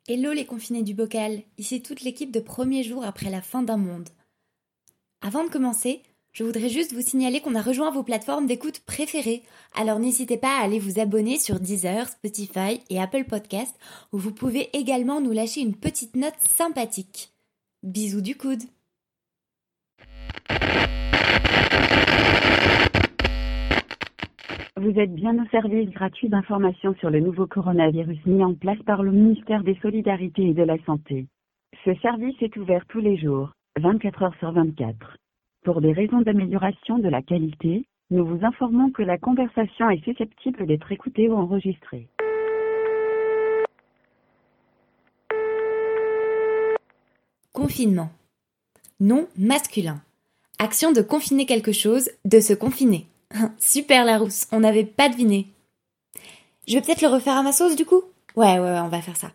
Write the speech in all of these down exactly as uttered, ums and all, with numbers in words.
Hello les confinés du bocal, ici toute l'équipe de premier jour après la fin d'un monde. Avant de commencer, je voudrais juste vous signaler qu'on a rejoint vos plateformes d'écoute préférées, alors n'hésitez pas à aller vous abonner sur Deezer, Spotify et Apple Podcast, où vous pouvez également nous lâcher une petite note sympathique. Bisous du coude. Vous êtes bien au service gratuit d'information sur le nouveau coronavirus mis en place par le ministère des Solidarités et de la Santé. Ce service est ouvert tous les jours, vingt-quatre heures sur vingt-quatre. Pour des raisons d'amélioration de la qualité, nous vous informons que la conversation est susceptible d'être écoutée ou enregistrée. Confinement. Nom masculin. Action de confiner quelque chose, de se confiner. Super Larousse, on n'avait pas deviné. Je vais peut-être le refaire à ma sauce du coup ? Ouais, ouais, ouais, on va faire ça.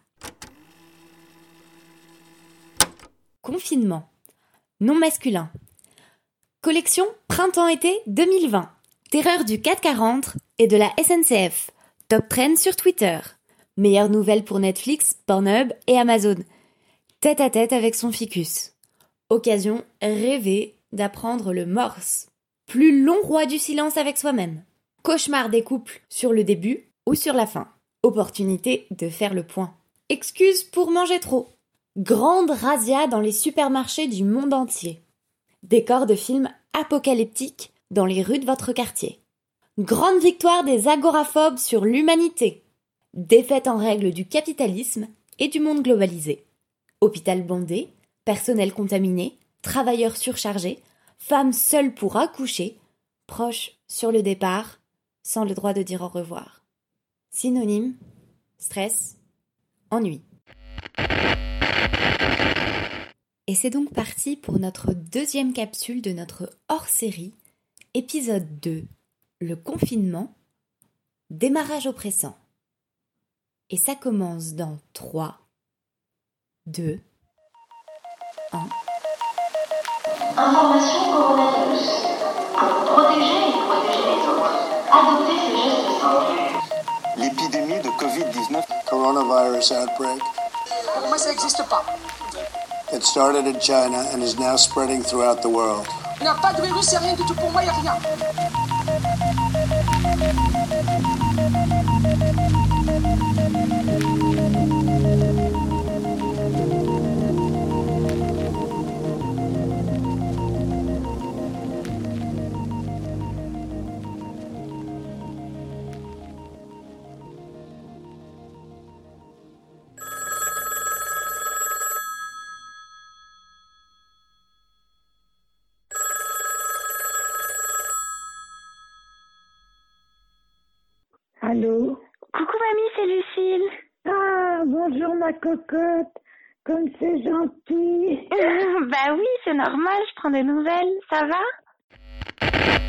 Confinement. Nom masculin. Collection Printemps-été deux mille vingt. Terreur du quatre cent quarante et de la S N C F. Top trend sur Twitter. Meilleure nouvelle pour Netflix, Pornhub et Amazon. Tête à tête avec son ficus. Occasion rêvée d'apprendre le morse. Plus long roi du silence avec soi-même. Cauchemar des couples sur le début ou sur la fin. Opportunité de faire le point. Excuse pour manger trop. Grande razzia dans les supermarchés du monde entier. Décor de film apocalyptique dans les rues de votre quartier. Grande victoire des agoraphobes sur l'humanité. Défaite en règle du capitalisme et du monde globalisé. Hôpital bondé, personnel contaminé, travailleurs surchargés, femmes seules pour accoucher, proches sur le départ, sans le droit de dire au revoir. Synonyme, stress, ennui. Et c'est donc parti pour notre deuxième capsule de notre hors-série, épisode deux, le confinement, démarrage oppressant. Et ça commence dans trois, deux, un... Information coronavirus. Pour vous protéger et protéger les autres, adoptez ces gestes simples. L'épidémie de covid dix-neuf. Coronavirus outbreak. Moi, ça n'existe pas. It started in China and is now spreading throughout the world. Il n'y a pas de virus, c'est rien du tout pour moi, il n'y a rien. Allô ? Coucou mamie, c'est Lucille. Ah, bonjour ma cocotte. Comme c'est gentil. Bah oui, c'est normal, je prends des nouvelles. Ça va ?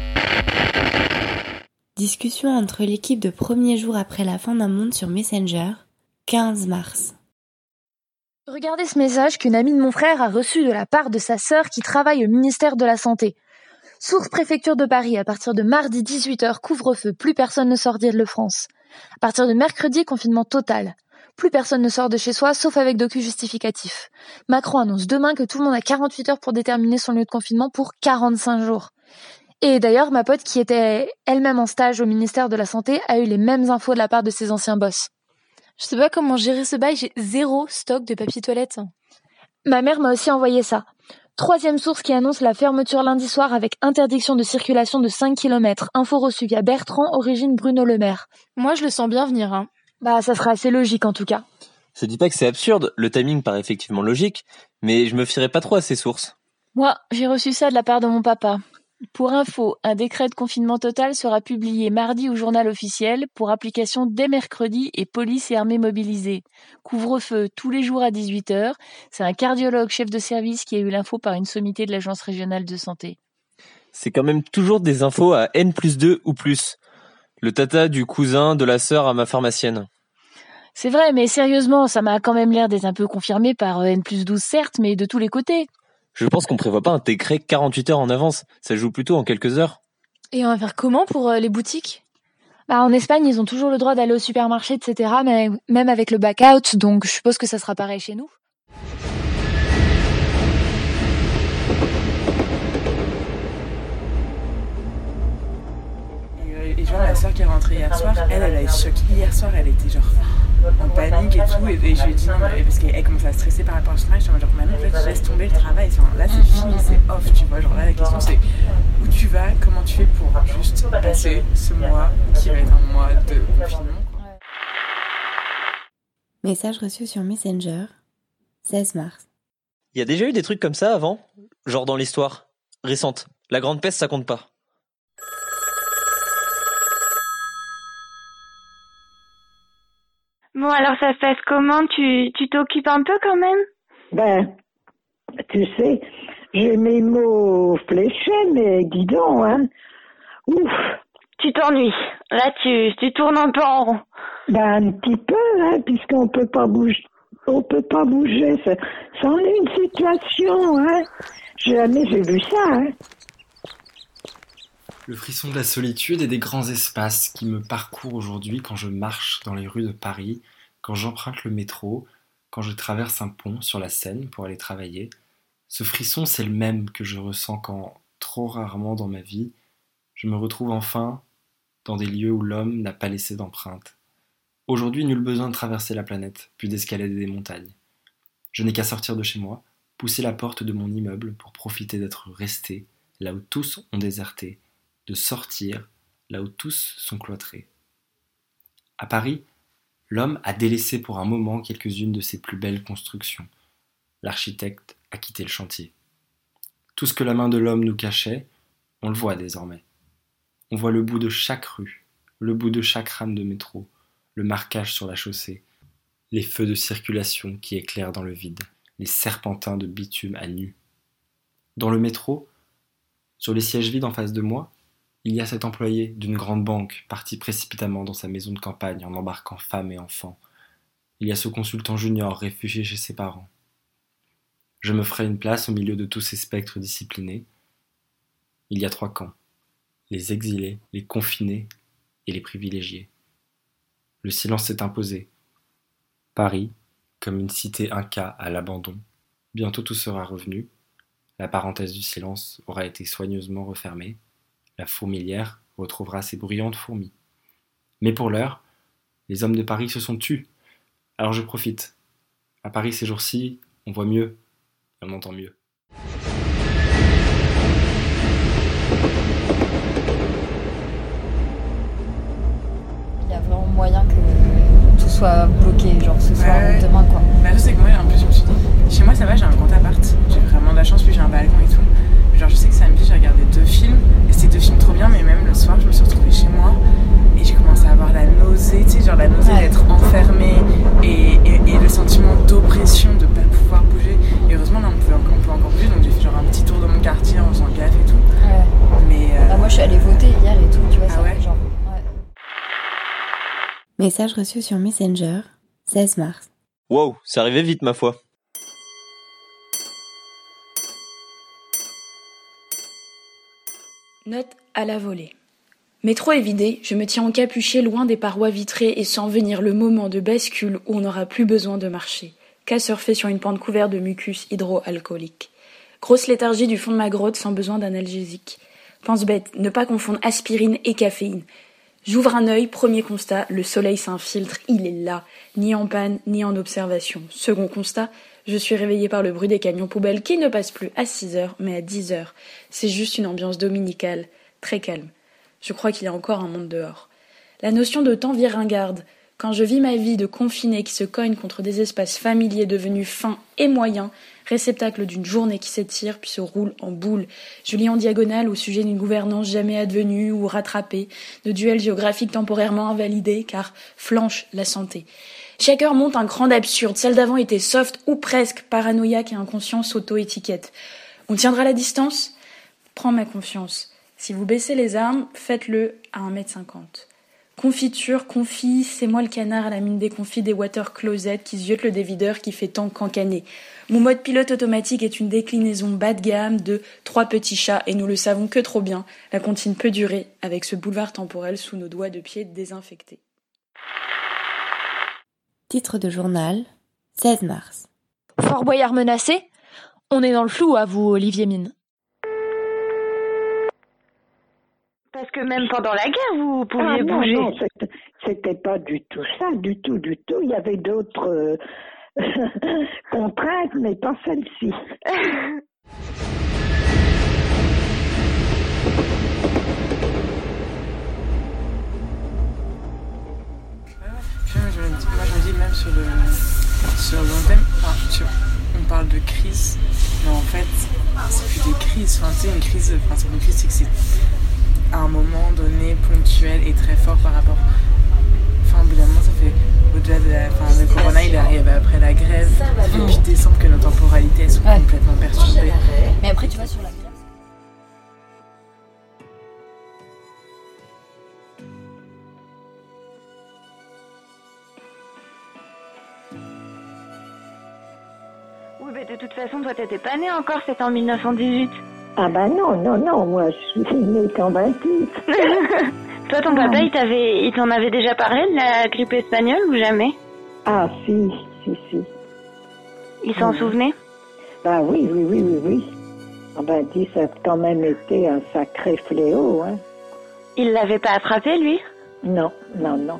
Discussion entre l'équipe de premier jour après la fin d'un monde sur Messenger, quinze mars. Regardez ce message qu'une amie de mon frère a reçu de la part de sa sœur qui travaille au ministère de la Santé. Source préfecture de Paris, à partir de mardi dix-huit heures, couvre-feu, plus personne ne sort d'Île-de-France. À partir de mercredi, confinement total. Plus personne ne sort de chez soi, sauf avec docu justificatif. Macron annonce demain que tout le monde a quarante-huit heures pour déterminer son lieu de confinement pour quarante-cinq jours. Et d'ailleurs, ma pote, qui était elle-même en stage au ministère de la Santé, a eu les mêmes infos de la part de ses anciens boss. Je sais pas comment gérer ce bail, j'ai zéro stock de papier toilette. Ma mère m'a aussi envoyé ça. Troisième source qui annonce la fermeture lundi soir avec interdiction de circulation de cinq kilomètres. Info reçue via Bertrand, origine Bruno Le Maire. Moi, je le sens bien venir, hein. Bah, ça sera assez logique en tout cas. Je dis pas que c'est absurde, le timing paraît effectivement logique, mais je me fierai pas trop à ces sources. Moi, j'ai reçu ça de la part de mon papa. Pour info, un décret de confinement total sera publié mardi au journal officiel pour application dès mercredi et police et armée mobilisées. Couvre-feu tous les jours à dix-huit heures. C'est un cardiologue chef de service qui a eu l'info par une sommité de l'agence régionale de santé. C'est quand même toujours des infos à N plus deux ou plus. Le tata du cousin de la sœur à ma pharmacienne. C'est vrai, mais sérieusement, ça m'a quand même l'air d'être un peu confirmé par N plus douze certes, mais de tous les côtés. Je pense qu'on prévoit pas un décret quarante-huit heures en avance. Ça joue plutôt en quelques heures. Et on va faire comment pour euh, les boutiques ? Bah, en Espagne, ils ont toujours le droit d'aller au supermarché, et cetera, mais même avec le back-out, donc je suppose que ça sera pareil chez nous. Et, et genre, la sœur qui est rentrée hier soir, elle, elle a eu choc. Hier soir, elle était genre en panique et tout, et, et je lui ai dit non, mais parce qu'elle commençait à stresser par rapport au travail, je suis genre, maman, en fait, tu laisses tomber le travail, enfin, là, c'est fini, c'est off, tu vois, genre là, la question, c'est où tu vas, comment tu fais pour juste passer ce mois qui va être un mois de confinement. Message reçu sur Messenger, seize mars. Il y a déjà eu des trucs comme ça avant, genre dans l'histoire récente. La grande peste, ça compte pas. Bon, alors ça se passe comment? Tu tu t'occupes un peu quand même? Ben, tu sais, j'ai mes mots fléchés, mais dis donc, hein. Ouf. Tu t'ennuies. Là, tu tu tournes un peu en rond. Ben, un petit peu, hein, puisqu'on peut pas bouger. On peut pas bouger. Ça, c'en est une situation, hein. Jamais j'ai vu ça, hein. Le frisson de la solitude et des grands espaces qui me parcourent aujourd'hui quand je marche dans les rues de Paris, quand j'emprunte le métro, quand je traverse un pont sur la Seine pour aller travailler. Ce frisson, c'est le même que je ressens quand, trop rarement dans ma vie, je me retrouve enfin dans des lieux où l'homme n'a pas laissé d'empreinte. Aujourd'hui, nul besoin de traverser la planète, puis d'escalader des montagnes. Je n'ai qu'à sortir de chez moi, pousser la porte de mon immeuble pour profiter d'être resté là où tous ont déserté, de sortir là où tous sont cloîtrés. À Paris, l'homme a délaissé pour un moment quelques-unes de ses plus belles constructions. L'architecte a quitté le chantier. Tout ce que la main de l'homme nous cachait, on le voit désormais. On voit le bout de chaque rue, le bout de chaque rame de métro, le marquage sur la chaussée, les feux de circulation qui éclairent dans le vide, les serpentins de bitume à nu. Dans le métro, sur les sièges vides en face de moi, il y a cet employé d'une grande banque parti précipitamment dans sa maison de campagne en embarquant femme et enfants. Il y a ce consultant junior réfugié chez ses parents. Je me ferai une place au milieu de tous ces spectres disciplinés. Il y a trois camps, les exilés, les confinés et les privilégiés. Le silence s'est imposé. Paris, comme une cité inca à l'abandon, bientôt tout sera revenu. La parenthèse du silence aura été soigneusement refermée. La fourmilière retrouvera ses bruyantes fourmis. Mais pour l'heure, les hommes de Paris se sont tus. Alors je profite. À Paris ces jours-ci, on voit mieux et on entend mieux. Il y a vraiment moyen que tout soit bloqué, genre ce soir ouais, ou demain, quoi. Bah je sais que moi, en plus, je me suis dit, chez moi ça va, j'ai un grand appart, j'ai vraiment de la chance, puis j'ai un balcon et tout. Genre je sais que samedi j'ai regardé deux films, et c'était deux films trop bien, mais même le soir je me suis retrouvée chez moi, et j'ai commencé à avoir la nausée, tu sais, genre la nausée ouais. d'être enfermée, et, et, et le sentiment d'oppression, de pas pouvoir bouger. Et heureusement là on peut, on peut encore bouger, donc j'ai fait genre un petit tour dans mon quartier en faisant gaffe et tout. Ouais. Mais euh... bah, moi je suis allée voter hier et tout, tu vois, ah ça ouais. fait genre... Ouais. Message reçu sur Messenger, seize mars. Wow, c'est arrivé vite ma foi. Note à la volée. Métro est vidé, je me tiens encapuchée loin des parois vitrées et sens venir le moment de bascule où on n'aura plus besoin de marcher, qu'à surfer sur une pente couverte de mucus hydroalcoolique. Grosse léthargie du fond de ma grotte sans besoin d'analgésique. Pense bête, ne pas confondre aspirine et caféine. J'ouvre un œil, premier constat, le soleil s'infiltre, il est là, ni en panne, ni en observation. Second constat, je suis réveillée par le bruit des camions poubelles qui ne passent plus à six heures, mais à dix heures. C'est juste une ambiance dominicale, très calme. Je crois qu'il y a encore un monde dehors. La notion de temps vient ringarde. Quand je vis ma vie de confinée qui se cogne contre des espaces familiers devenus fins et moyens, réceptacle d'une journée qui s'étire puis se roule en boule, je lis en diagonale au sujet d'une gouvernance jamais advenue ou rattrapée, de duels géographiques temporairement invalidés, car flanche la santé. Chaque heure monte un cran d'absurde, celle d'avant était soft ou presque, paranoïaque et inconscience auto-étiquette. On tiendra la distance ? Prends ma confiance. Si vous baissez les armes, faites-le à un mètre cinquante. Confiture, confit, c'est moi le canard à la mine des confits des water closets qui ziote le dévideur qui fait tant cancaner. Mon mode pilote automatique est une déclinaison bas de gamme de trois petits chats et nous le savons que trop bien, la comptine peut durer avec ce boulevard temporel sous nos doigts de pied désinfectés. Titre de journal, seize mars. Fort Boyard menacé ? On est dans le flou, à vous, Olivier Mine. Parce que même pendant la guerre, vous pouviez ah, non, bouger. Non, c'était, c'était pas du tout ça, du tout, du tout. Il y avait d'autres euh, contraintes, mais pas celle-ci. Moi je me dis même sur le, sur le long terme, enfin, sur, on parle de crise, mais en fait c'est plus des crises. Enfin, tu sais, une crise, enfin, c'est une crise, c'est que c'est à un moment donné ponctuel et très fort par rapport. Enfin, au bout d'un moment, ça fait au-delà de la. Enfin, le corona, il est arrivé après la grève. Ça fait depuis décembre que nos temporalités elles sont ouais. complètement perturbées. Mais après, tu vois, sur la grève. Oui, mais de toute façon, toi, t'étais pas née encore, c'était en mille neuf cent dix-huit. Ah bah non, non, non, moi je suis née en vingt-huit. Toi, ton papa, il t'avait, il t'en avait déjà parlé de la grippe espagnole ou jamais? Ah si, si, si. Il s'en oui. souvenait? Bah oui, oui, oui, oui, oui. Ah bah dit, ça a quand même été un sacré fléau, hein. Il l'avait pas attrapé, lui? Non, non, non.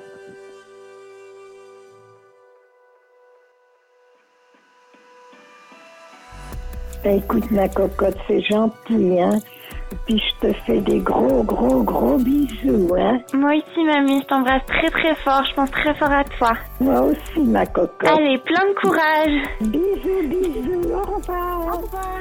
Écoute ma cocotte, c'est gentil, hein. Et puis je te fais des gros, gros, gros bisous, hein. Moi aussi, mamie, je t'embrasse très, très fort. Je pense très fort à toi. Moi aussi, ma cocotte. Allez, plein de courage. Bisous, bisous, au revoir. Au revoir.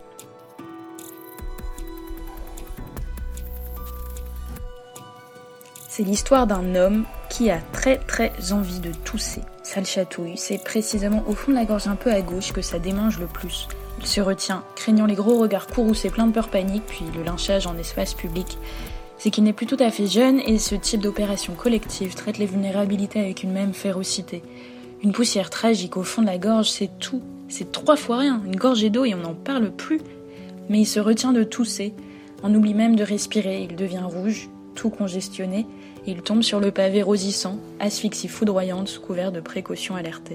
C'est l'histoire d'un homme qui a très très envie de tousser. Ça le chatouille, c'est précisément au fond de la gorge un peu à gauche que ça démange le plus. Il se retient, craignant les gros regards courroucés pleins de peur panique, puis le lynchage en espace public. C'est qu'il n'est plus tout à fait jeune et ce type d'opération collective traite les vulnérabilités avec une même férocité. Une poussière tragique au fond de la gorge, c'est tout. C'est trois fois rien, une gorgée d'eau et on n'en parle plus. Mais il se retient de tousser, on oublie même de respirer, il devient rouge, tout congestionné, et il tombe sur le pavé rosissant, asphyxie foudroyante sous couvert de précautions alertées.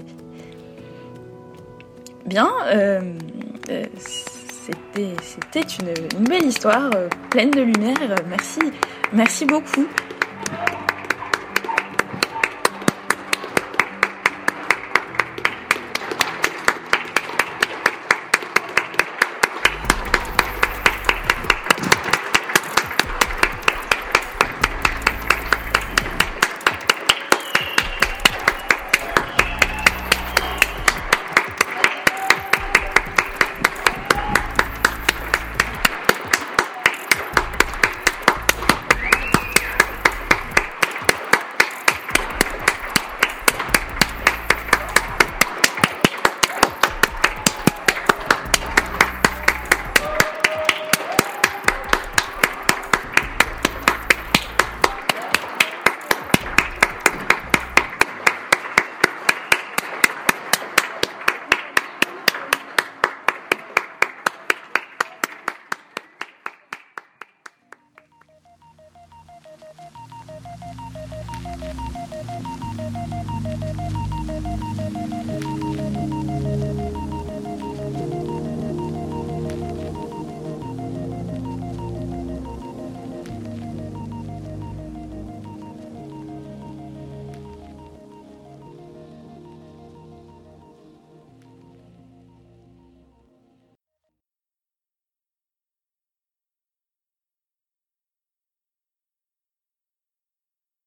Bien, euh, euh, c'était, c'était une, une belle histoire, euh, pleine de lumière, euh, merci, merci beaucoup.